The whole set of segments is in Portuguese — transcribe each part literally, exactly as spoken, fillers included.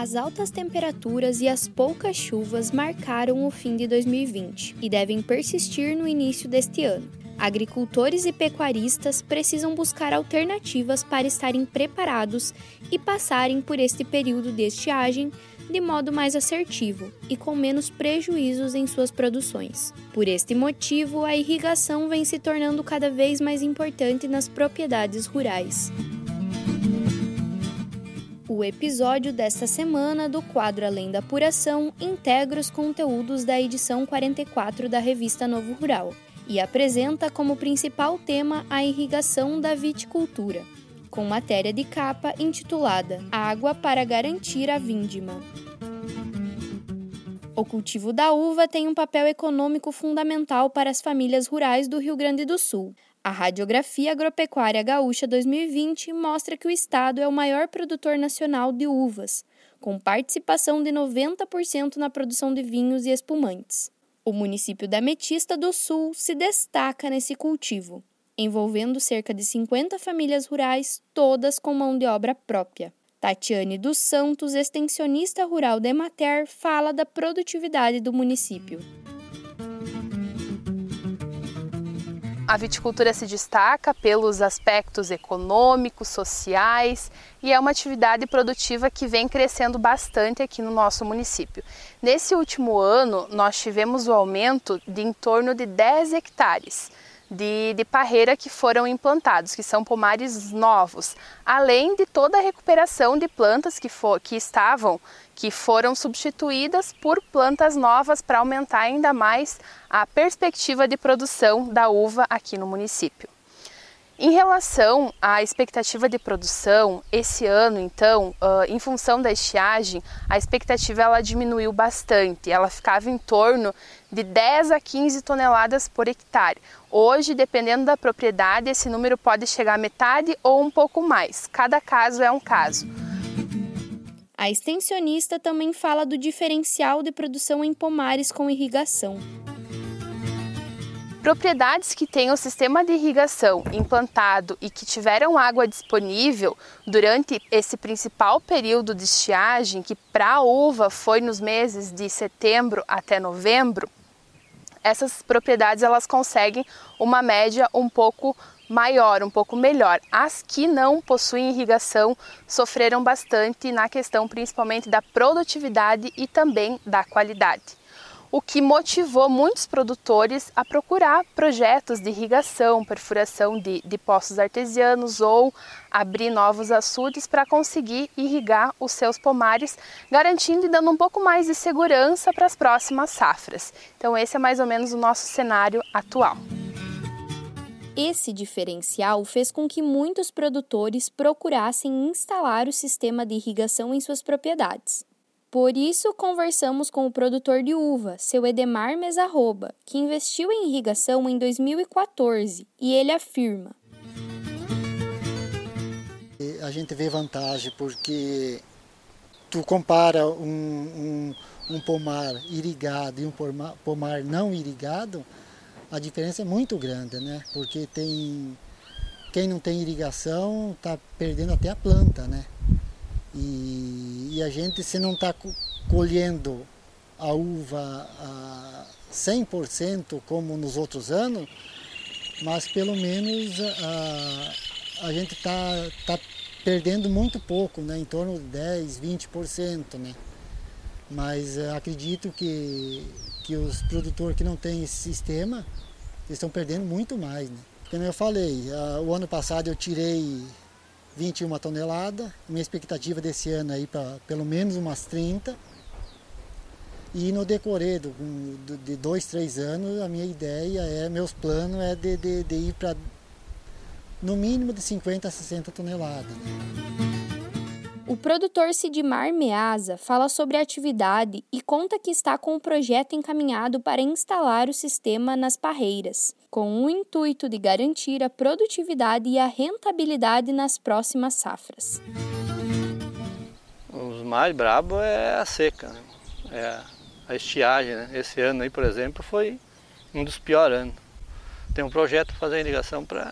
As altas temperaturas e as poucas chuvas marcaram o fim de dois mil e vinte e devem persistir no início deste ano. Agricultores e pecuaristas precisam buscar alternativas para estarem preparados e passarem por este período de estiagem de modo mais assertivo e com menos prejuízos em suas produções. Por este motivo, a irrigação vem se tornando cada vez mais importante nas propriedades rurais. O episódio desta semana do quadro Além da Apuração integra os conteúdos da edição quarenta e quatro da revista Novo Rural e apresenta como principal tema a irrigação da viticultura, com matéria de capa intitulada Água para garantir a vindima. O cultivo da uva tem um papel econômico fundamental para as famílias rurais do Rio Grande do Sul. A Radiografia Agropecuária Gaúcha dois mil e vinte mostra que o estado é o maior produtor nacional de uvas, com participação de noventa por cento na produção de vinhos e espumantes. O município da Ametista do Sul se destaca nesse cultivo, envolvendo cerca de cinquenta famílias rurais, todas com mão de obra própria. Tatiane dos Santos, extensionista rural da Emater, fala da produtividade do município. A viticultura se destaca pelos aspectos econômicos, sociais e é uma atividade produtiva que vem crescendo bastante aqui no nosso município. Nesse último ano, nós tivemos o aumento de em torno de dez hectares de, de parreira que foram implantados, que são pomares novos, além de toda a recuperação de plantas que, for, que estavam, que foram substituídas por plantas novas para aumentar ainda mais a perspectiva de produção da uva aqui no município. Em relação à expectativa de produção, esse ano, então, uh, em função da estiagem, a expectativa ela diminuiu bastante. Ela ficava em torno de dez a quinze toneladas por hectare. Hoje, dependendo da propriedade, esse número pode chegar à metade ou um pouco mais. Cada caso é um caso. A extensionista também fala do diferencial de produção em pomares com irrigação. Propriedades que têm o sistema de irrigação implantado e que tiveram água disponível durante esse principal período de estiagem, que para a uva foi nos meses de setembro até novembro, essas propriedades elas conseguem uma média um pouco maior, um pouco melhor. As que não possuem irrigação sofreram bastante na questão principalmente da produtividade e também da qualidade, o que motivou muitos produtores a procurar projetos de irrigação, perfuração de, de poços artesianos ou abrir novos açudes para conseguir irrigar os seus pomares, garantindo e dando um pouco mais de segurança para as próximas safras. Então esse é mais ou menos o nosso cenário atual. Esse diferencial fez com que muitos produtores procurassem instalar o sistema de irrigação em suas propriedades. Por isso, conversamos com o produtor de uva, seu Edemar Mesarroba, que investiu em irrigação em dois mil e quatorze, e ele afirma: A gente vê vantagem porque tu compara um, um, um pomar irrigado e um pomar, pomar não irrigado, a diferença é muito grande, né? Porque tem, quem não tem irrigação está perdendo até a planta, né? E, e a gente, se não está colhendo a uva a cem por cento como nos outros anos, mas pelo menos a, a gente está tá perdendo muito pouco, né? Em torno de dez, vinte por cento, né? Mas acredito que, que os produtores que não têm esse sistema eles estão perdendo muito mais, né? Como eu falei, a, o ano passado eu tirei vinte e uma toneladas, minha expectativa desse ano aí para pelo menos umas trinta. E no decorrer do, do, de dois, três anos, a minha ideia é, meus planos é de, de, de ir para no mínimo de cinquenta a sessenta toneladas. O produtor Sidmar Meaza fala sobre a atividade e conta que está com o projeto encaminhado para instalar o sistema nas parreiras, com o intuito de garantir a produtividade e a rentabilidade nas próximas safras. Os mais brabos é a seca, né? É a estiagem, né? Esse ano aí, por exemplo, foi um dos piores anos. Tem um projeto para fazer irrigação para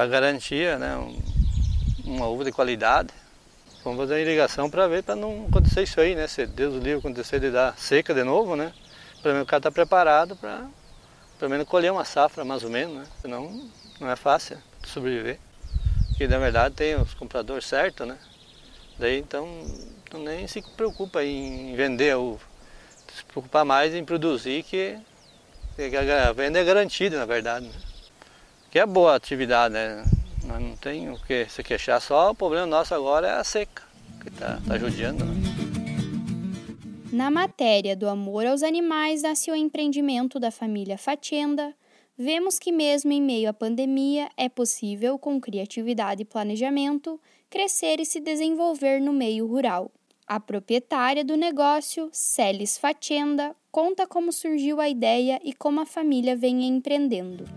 garantir, né, um, uma uva de qualidade. Vamos fazer a irrigação para ver, para não acontecer acontecer isso aí, né? Se Deus o livre acontecer de dar seca de novo, né? Pelo menos o cara está preparado para, pelo menos, colher uma safra, mais ou menos, né? Senão não é fácil sobreviver. Porque, na verdade, tem os compradores certos, né? Daí, então, tu nem se preocupa em vender, ou se preocupar mais em produzir, que a venda é garantida, na verdade, né? Que é boa a atividade, né? Nós não tem o que se queixar, só o problema nosso agora é a seca, que está tá judiando, né? Na matéria do amor aos animais nasceu o empreendimento da família Fachenda. Vemos que mesmo em meio à pandemia é possível, com criatividade e planejamento, crescer e se desenvolver no meio rural. A proprietária do negócio, Celis Fachenda, conta como surgiu a ideia e como a família vem empreendendo.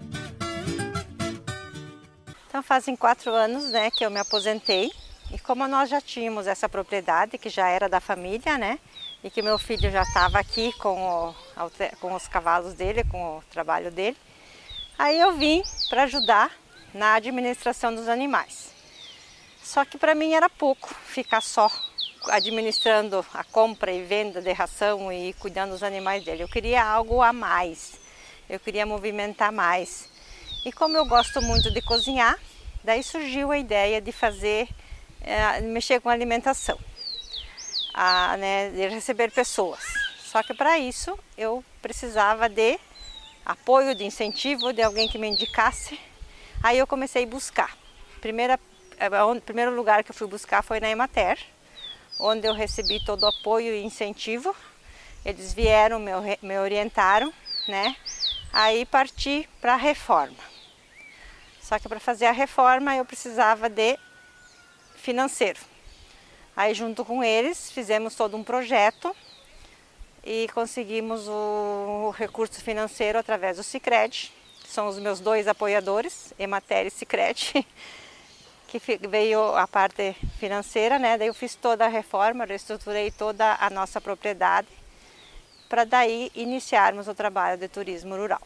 Então fazem quatro anos, né, que eu me aposentei, e como nós já tínhamos essa propriedade que já era da família, né, e que meu filho já estava aqui com, o, com os cavalos dele, com o trabalho dele, aí eu vim para ajudar na administração dos animais. Só que para mim era pouco ficar só administrando a compra e venda de ração e cuidando dos animais dele. Eu queria algo a mais, eu queria movimentar mais. E como eu gosto muito de cozinhar, daí surgiu a ideia de fazer, é, mexer com alimentação, a, né, de receber pessoas. Só que para isso eu precisava de apoio, de incentivo, de alguém que me indicasse. Aí eu comecei a buscar. Primeira, o primeiro lugar que eu fui buscar foi na Emater, onde eu recebi todo o apoio e incentivo. Eles vieram, me, me orientaram, né? Aí parti para a reforma. Só que para fazer a reforma eu precisava de financeiro. Aí junto com eles fizemos todo um projeto e conseguimos o recurso financeiro através do Sicredi. São os meus dois apoiadores, Emater e Sicredi, que veio a parte financeira, né? Daí eu fiz toda a reforma, reestruturei toda a nossa propriedade para daí iniciarmos o trabalho de turismo rural.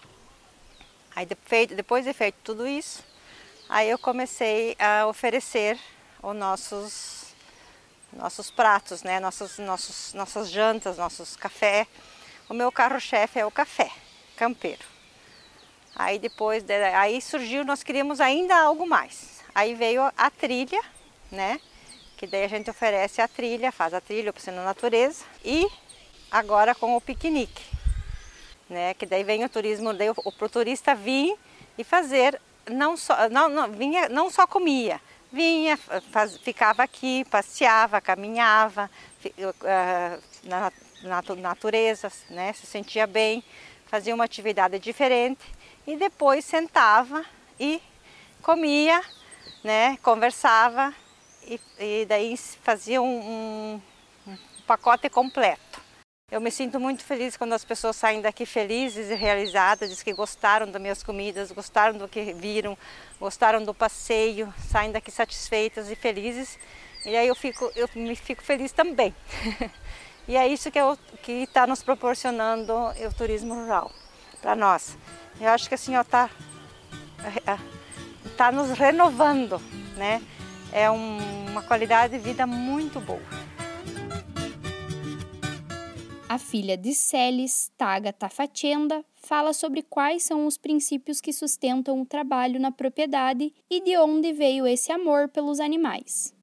Aí depois de feito tudo isso, aí eu comecei a oferecer os nossos, nossos pratos, né? nossos, nossos, nossas jantas, nossos cafés. O meu carro-chefe é o café campeiro. Aí depois, aí surgiu, nós queríamos ainda algo mais. Aí veio a trilha, né? Que daí a gente oferece a trilha, faz a trilha, oficina na natureza. E agora com o piquenique, né? Que daí vem o turismo, daí o, o turista vir e fazer, não só, não, não, vinha, não só comia, vinha, faz, ficava aqui, passeava, caminhava uh, na, na natureza, né? Se sentia bem, fazia uma atividade diferente e depois sentava e comia, né? Conversava e, e daí fazia um, um, um pacote completo. Eu me sinto muito feliz quando as pessoas saem daqui felizes e realizadas, diz que gostaram das minhas comidas, gostaram do que viram, gostaram do passeio, saem daqui satisfeitas e felizes. E aí eu fico, eu me fico feliz também. E é isso que eu, que está nos proporcionando o turismo rural para nós. Eu acho que assim, ó, tá, tá nos renovando, né? É um, uma qualidade de vida muito boa. A filha de Celis, Tágata Fachenda, fala sobre quais são os princípios que sustentam o trabalho na propriedade e de onde veio esse amor pelos animais.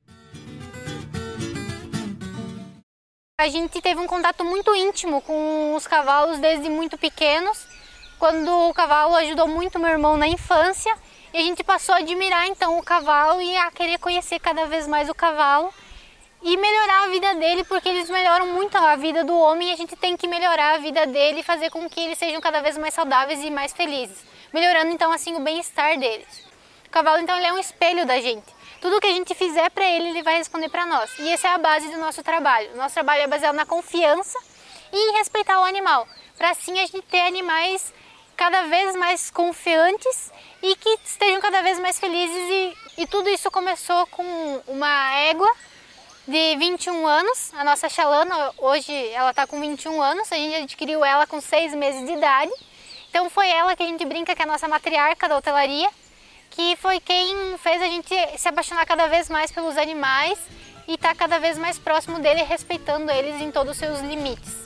A gente teve um contato muito íntimo com os cavalos desde muito pequenos, quando o cavalo ajudou muito meu irmão na infância, e a gente passou a admirar então o cavalo e a querer conhecer cada vez mais o cavalo e melhorar a vida dele, porque eles melhoram muito a vida do homem e a gente tem que melhorar a vida dele e fazer com que eles sejam cada vez mais saudáveis e mais felizes, melhorando então assim o bem-estar deles. O cavalo então ele é um espelho da gente. Tudo que a gente fizer para ele, ele vai responder para nós. E essa é a base do nosso trabalho. O nosso trabalho é baseado na confiança e em respeitar o animal, para assim a gente ter animais cada vez mais confiantes e que estejam cada vez mais felizes. E, e tudo isso começou com uma égua de vinte e um anos, a nossa Xalana, hoje ela está com vinte e um anos, a gente adquiriu ela com seis meses de idade. Então foi ela que a gente brinca que é a nossa matriarca da hotelaria, que foi quem fez a gente se apaixonar cada vez mais pelos animais e estar cada vez mais próximo dele, respeitando eles em todos os seus limites.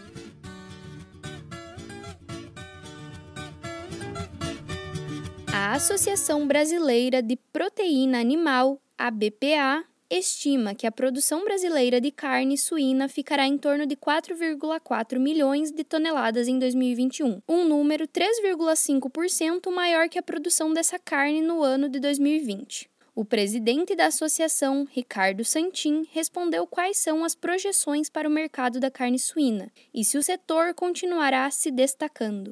A Associação Brasileira de Proteína Animal, a B P A, estima que a produção brasileira de carne suína ficará em torno de quatro vírgula quatro milhões de toneladas em dois mil e vinte e um, um número três vírgula cinco por cento maior que a produção dessa carne no ano de dois mil e vinte. O presidente da associação, Ricardo Santin, respondeu quais são as projeções para o mercado da carne suína e se o setor continuará se destacando.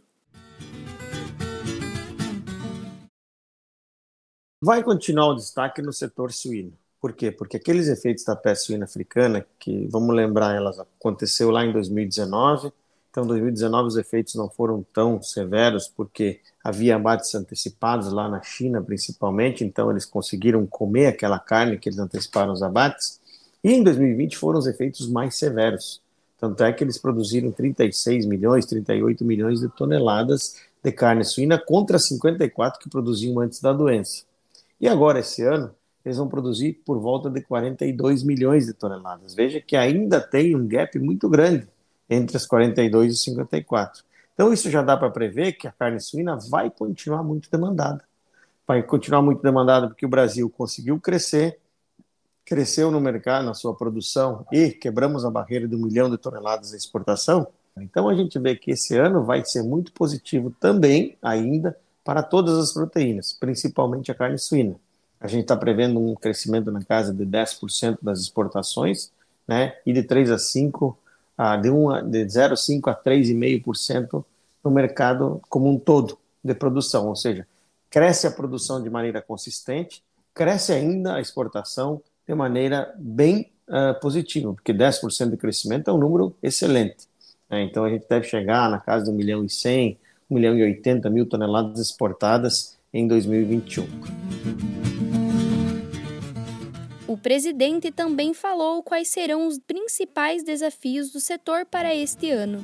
Vai continuar o destaque no setor suíno. Por quê? Porque aqueles efeitos da peste suína africana, que, vamos lembrar, elas aconteceu lá em dois mil e dezenove, então em dois mil e dezenove os efeitos não foram tão severos, porque havia abates antecipados lá na China, principalmente, então eles conseguiram comer aquela carne que eles anteciparam os abates, e em dois mil e vinte foram os efeitos mais severos, tanto é que eles produziram trinta e seis milhões, trinta e oito milhões de toneladas de carne suína, contra cinquenta e quatro que produziam antes da doença. E agora, esse ano, eles vão produzir por volta de quarenta e dois milhões de toneladas. Veja que ainda tem um gap muito grande entre as quarenta e dois e cinquenta e quatro. Então, isso já dá para prever que a carne suína vai continuar muito demandada. Vai continuar muito demandada porque o Brasil conseguiu crescer, cresceu no mercado, na sua produção, e quebramos a barreira de um milhão de toneladas de exportação. Então, a gente vê que esse ano vai ser muito positivo também, ainda, para todas as proteínas, principalmente a carne suína. A gente está prevendo um crescimento na casa de dez por cento das exportações, né, e de três a cinco, de, um, de zero vírgula cinco a três vírgula cinco por cento no mercado como um todo de produção, ou seja, cresce a produção de maneira consistente, cresce ainda a exportação de maneira bem uh, positiva, porque dez por cento de crescimento é um número excelente, né? Então a gente deve chegar na casa de um milhão e cem, um milhão e oitenta mil toneladas exportadas em dois mil e vinte e um. O presidente também falou quais serão os principais desafios do setor para este ano.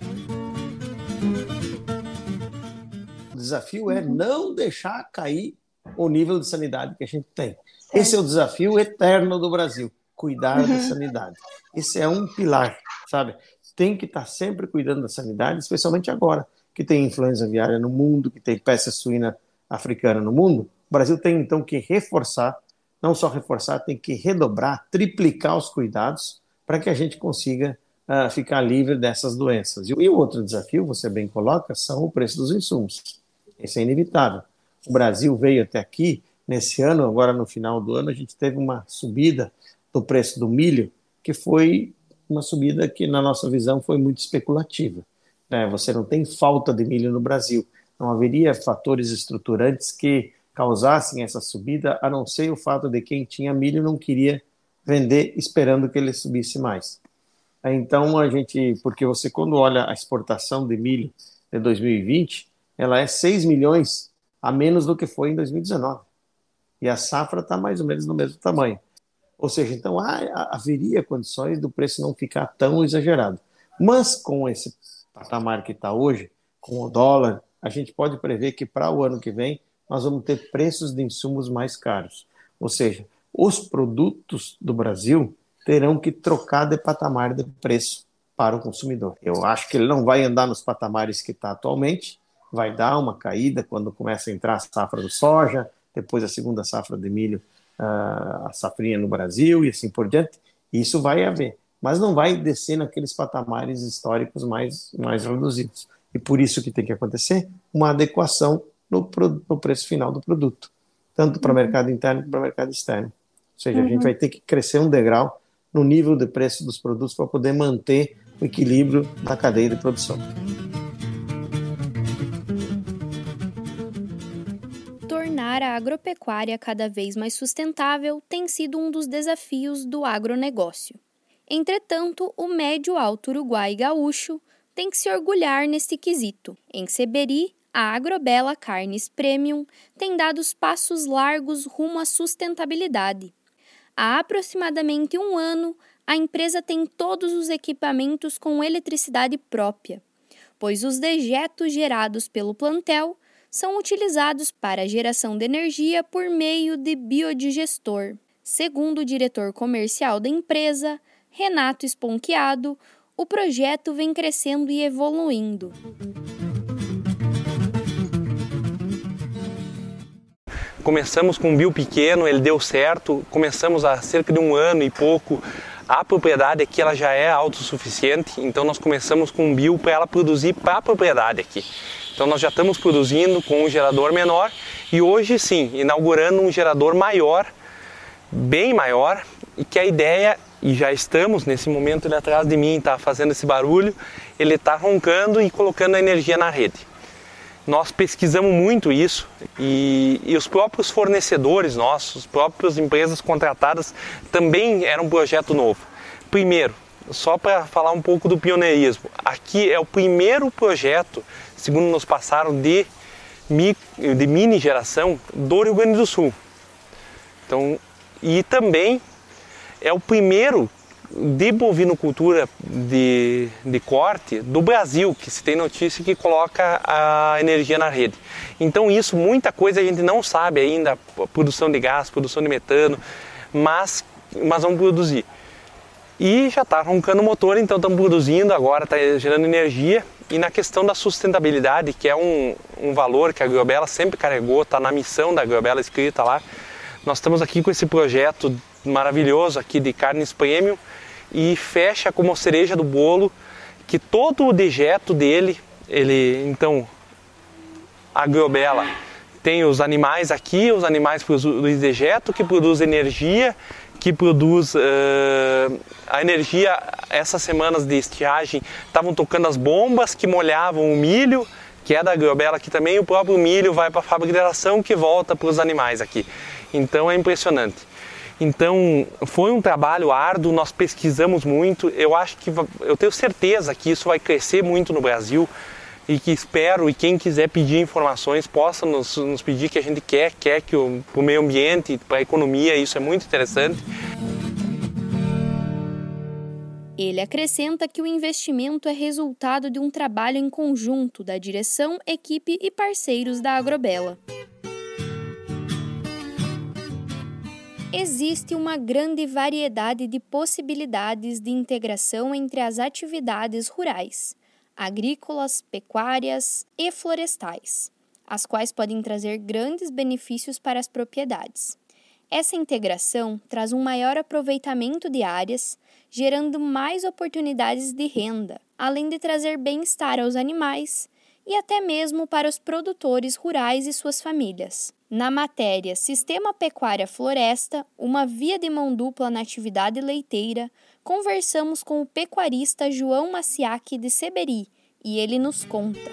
O desafio é não deixar cair o nível de sanidade que a gente tem. Esse é o desafio eterno do Brasil, cuidar da sanidade. Esse é um pilar, sabe? Tem que estar sempre cuidando da sanidade, especialmente agora, que tem influenza aviária no mundo, que tem peste suína africana no mundo. O Brasil tem, então, que reforçar, não só reforçar, tem que redobrar, triplicar os cuidados para que a gente consiga uh, ficar livre dessas doenças. E, e o outro desafio, você bem coloca, são o preço dos insumos. Esse é inevitável. O Brasil veio até aqui, nesse ano, agora no final do ano, a gente teve uma subida do preço do milho, que foi uma subida que, na nossa visão, foi muito especulativa. É, você não tem falta de milho no Brasil. Não haveria fatores estruturantes que causassem essa subida, a não ser o fato de quem tinha milho não queria vender esperando que ele subisse mais. Então, a gente, porque você, quando olha a exportação de milho de dois mil e vinte, ela é seis milhões a menos do que foi em dois mil e dezenove. E a safra está mais ou menos no mesmo tamanho. Ou seja, então há, haveria condições do preço não ficar tão exagerado. Mas com esse patamar que está hoje, com o dólar, a gente pode prever que para o ano que vem nós vamos ter preços de insumos mais caros. Ou seja, os produtos do Brasil terão que trocar de patamar de preço para o consumidor. Eu acho que ele não vai andar nos patamares que está atualmente, vai dar uma caída quando começa a entrar a safra do soja, depois a segunda safra de milho, a safrinha no Brasil e assim por diante. Isso vai haver, mas não vai descer naqueles patamares históricos mais, mais reduzidos. E por isso que tem que acontecer uma adequação no, no preço final do produto, tanto para o mercado interno como para o mercado externo. Ou seja, uhum. a gente vai ter que crescer um degrau no nível de preço dos produtos para poder manter o equilíbrio na cadeia de produção. Tornar a agropecuária cada vez mais sustentável tem sido um dos desafios do agronegócio. Entretanto, o médio-alto Uruguai gaúcho tem que se orgulhar neste quesito. Em Seberi, a Agrobela Carnes Premium tem dado os passos largos rumo à sustentabilidade. Há aproximadamente um ano, a empresa tem todos os equipamentos com eletricidade própria, pois os dejetos gerados pelo plantel são utilizados para a geração de energia por meio de biodigestor. Segundo o diretor comercial da empresa, Renato Esponquiado, o projeto vem crescendo e evoluindo. Começamos com um bio pequeno, ele deu certo, começamos há cerca de um ano e pouco. A propriedade aqui ela já é autossuficiente, então nós começamos com um bio para ela produzir para a propriedade aqui. Então nós já estamos produzindo com um gerador menor e hoje sim, inaugurando um gerador maior, bem maior, e que a ideia, e já estamos nesse momento ele atrás de mim, está fazendo esse barulho, ele está roncando e colocando a energia na rede. Nós pesquisamos muito isso e, e os próprios fornecedores nossos, as próprias empresas contratadas também era um projeto novo. Primeiro, só para falar um pouco do pioneirismo, aqui é o primeiro projeto, segundo nos passaram, de, de mini geração do Rio Grande do Sul. Então, e também é o primeiro de bovinocultura de, de corte do Brasil, que se tem notícia que coloca a energia na rede. Então isso, muita coisa a gente não sabe ainda, produção de gás, produção de metano, mas, mas vamos produzir. E já está roncando o motor, então estamos produzindo, agora está gerando energia. E na questão da sustentabilidade, que é um, um valor que a Agrobela sempre carregou, está na missão da Agrobela escrita lá, nós estamos aqui com esse projeto maravilhoso aqui de carnes premium e fecha como cereja do bolo que todo o dejeto dele, ele, então, a Agrobela tem os animais aqui, os animais produzem dejeto que produz energia, que produz uh, a energia. Essas semanas de estiagem estavam tocando as bombas que molhavam o milho, que é da Agrobela aqui também, o próprio milho vai para a fábrica de ração que volta para os animais aqui. Então é impressionante. Então foi um trabalho árduo, nós pesquisamos muito, eu acho que, eu tenho certeza que isso vai crescer muito no Brasil e que espero, e quem quiser pedir informações possa nos, nos pedir, que a gente quer, quer que o, para o meio ambiente, para a economia, isso é muito interessante. Ele acrescenta que o investimento é resultado de um trabalho em conjunto da direção, equipe e parceiros da Agrobela. Existe uma grande variedade de possibilidades de integração entre as atividades rurais, agrícolas, pecuárias e florestais, as quais podem trazer grandes benefícios para as propriedades. Essa integração traz um maior aproveitamento de áreas, gerando mais oportunidades de renda, além de trazer bem-estar aos animais e até mesmo para os produtores rurais e suas famílias. Na matéria Sistema Pecuária Floresta, uma via de mão dupla na atividade leiteira, conversamos com o pecuarista João Maciac de Seberi e ele nos conta.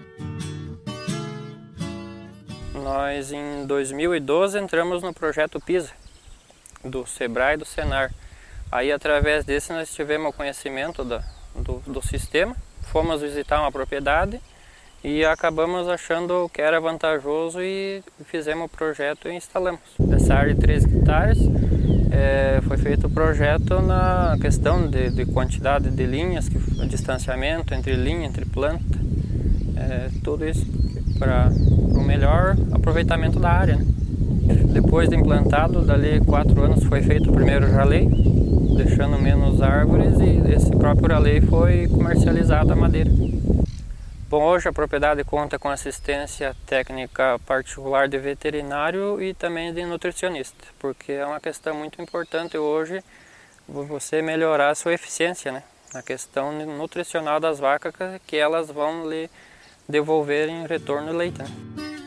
Nós, em dois mil e doze, entramos no projeto PISA, do Sebrae e do Senar. Aí, através desse, nós tivemos o conhecimento da, do, do sistema, fomos visitar uma propriedade e acabamos achando que era vantajoso e fizemos o projeto e instalamos. Dessa área de três hectares, é, foi feito o projeto na questão de, de quantidade de linhas, que, distanciamento entre linha, entre planta, é, tudo isso para o melhor aproveitamento da área, né? Depois de implantado, dali quatro anos, foi feito o primeiro raleio, deixando menos árvores, e esse próprio raleio foi comercializado a madeira. Bom, hoje a propriedade conta com assistência técnica particular de veterinário e também de nutricionista, porque é uma questão muito importante hoje você melhorar a sua eficiência, né? A questão nutricional das vacas, que elas vão lhe devolver em retorno leite, né?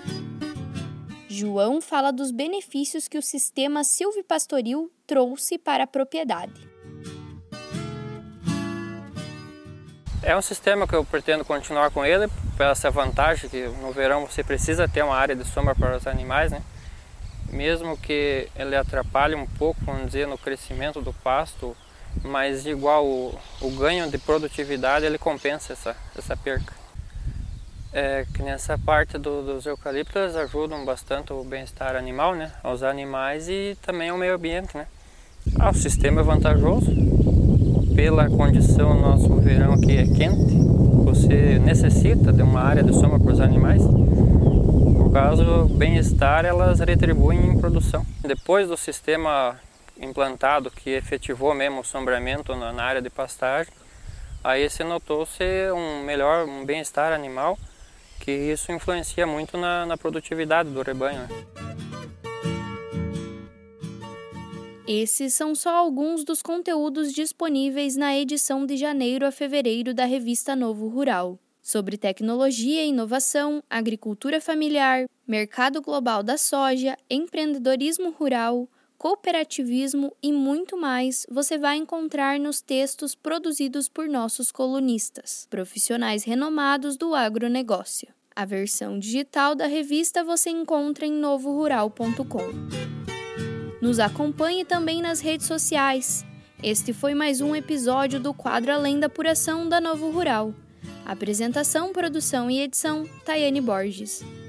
João fala dos benefícios que o sistema silvipastoril trouxe para a propriedade. É um sistema que eu pretendo continuar com ele, por essa vantagem que no verão você precisa ter uma área de sombra para os animais, né? Mesmo que ele atrapalhe um pouco, vamos dizer, no crescimento do pasto, mas igual o, o ganho de produtividade ele compensa essa, essa perca. É que nessa parte do, dos eucaliptos ajudam bastante o bem-estar animal, né? Aos animais e também ao meio ambiente, né? Ah, o sistema é vantajoso. Pela condição, nosso verão aqui é quente, você necessita de uma área de sombra para os animais. Por causa do bem-estar, elas retribuem em produção. Depois do sistema implantado que efetivou mesmo o sombreamento na, na área de pastagem, aí se notou-se um melhor, um bem-estar animal, que isso influencia muito na, na produtividade do rebanho. Esses são só alguns dos conteúdos disponíveis na edição de janeiro a fevereiro da revista Novo Rural, sobre tecnologia e inovação, agricultura familiar, mercado global da soja, empreendedorismo rural, cooperativismo e muito mais você vai encontrar nos textos produzidos por nossos colunistas, profissionais renomados do agronegócio. A versão digital da revista você encontra em novo rural ponto com. Nos acompanhe também nas redes sociais. Este foi mais um episódio do quadro Além da Apuração da Novo Rural. Apresentação, produção e edição, Tayane Borges.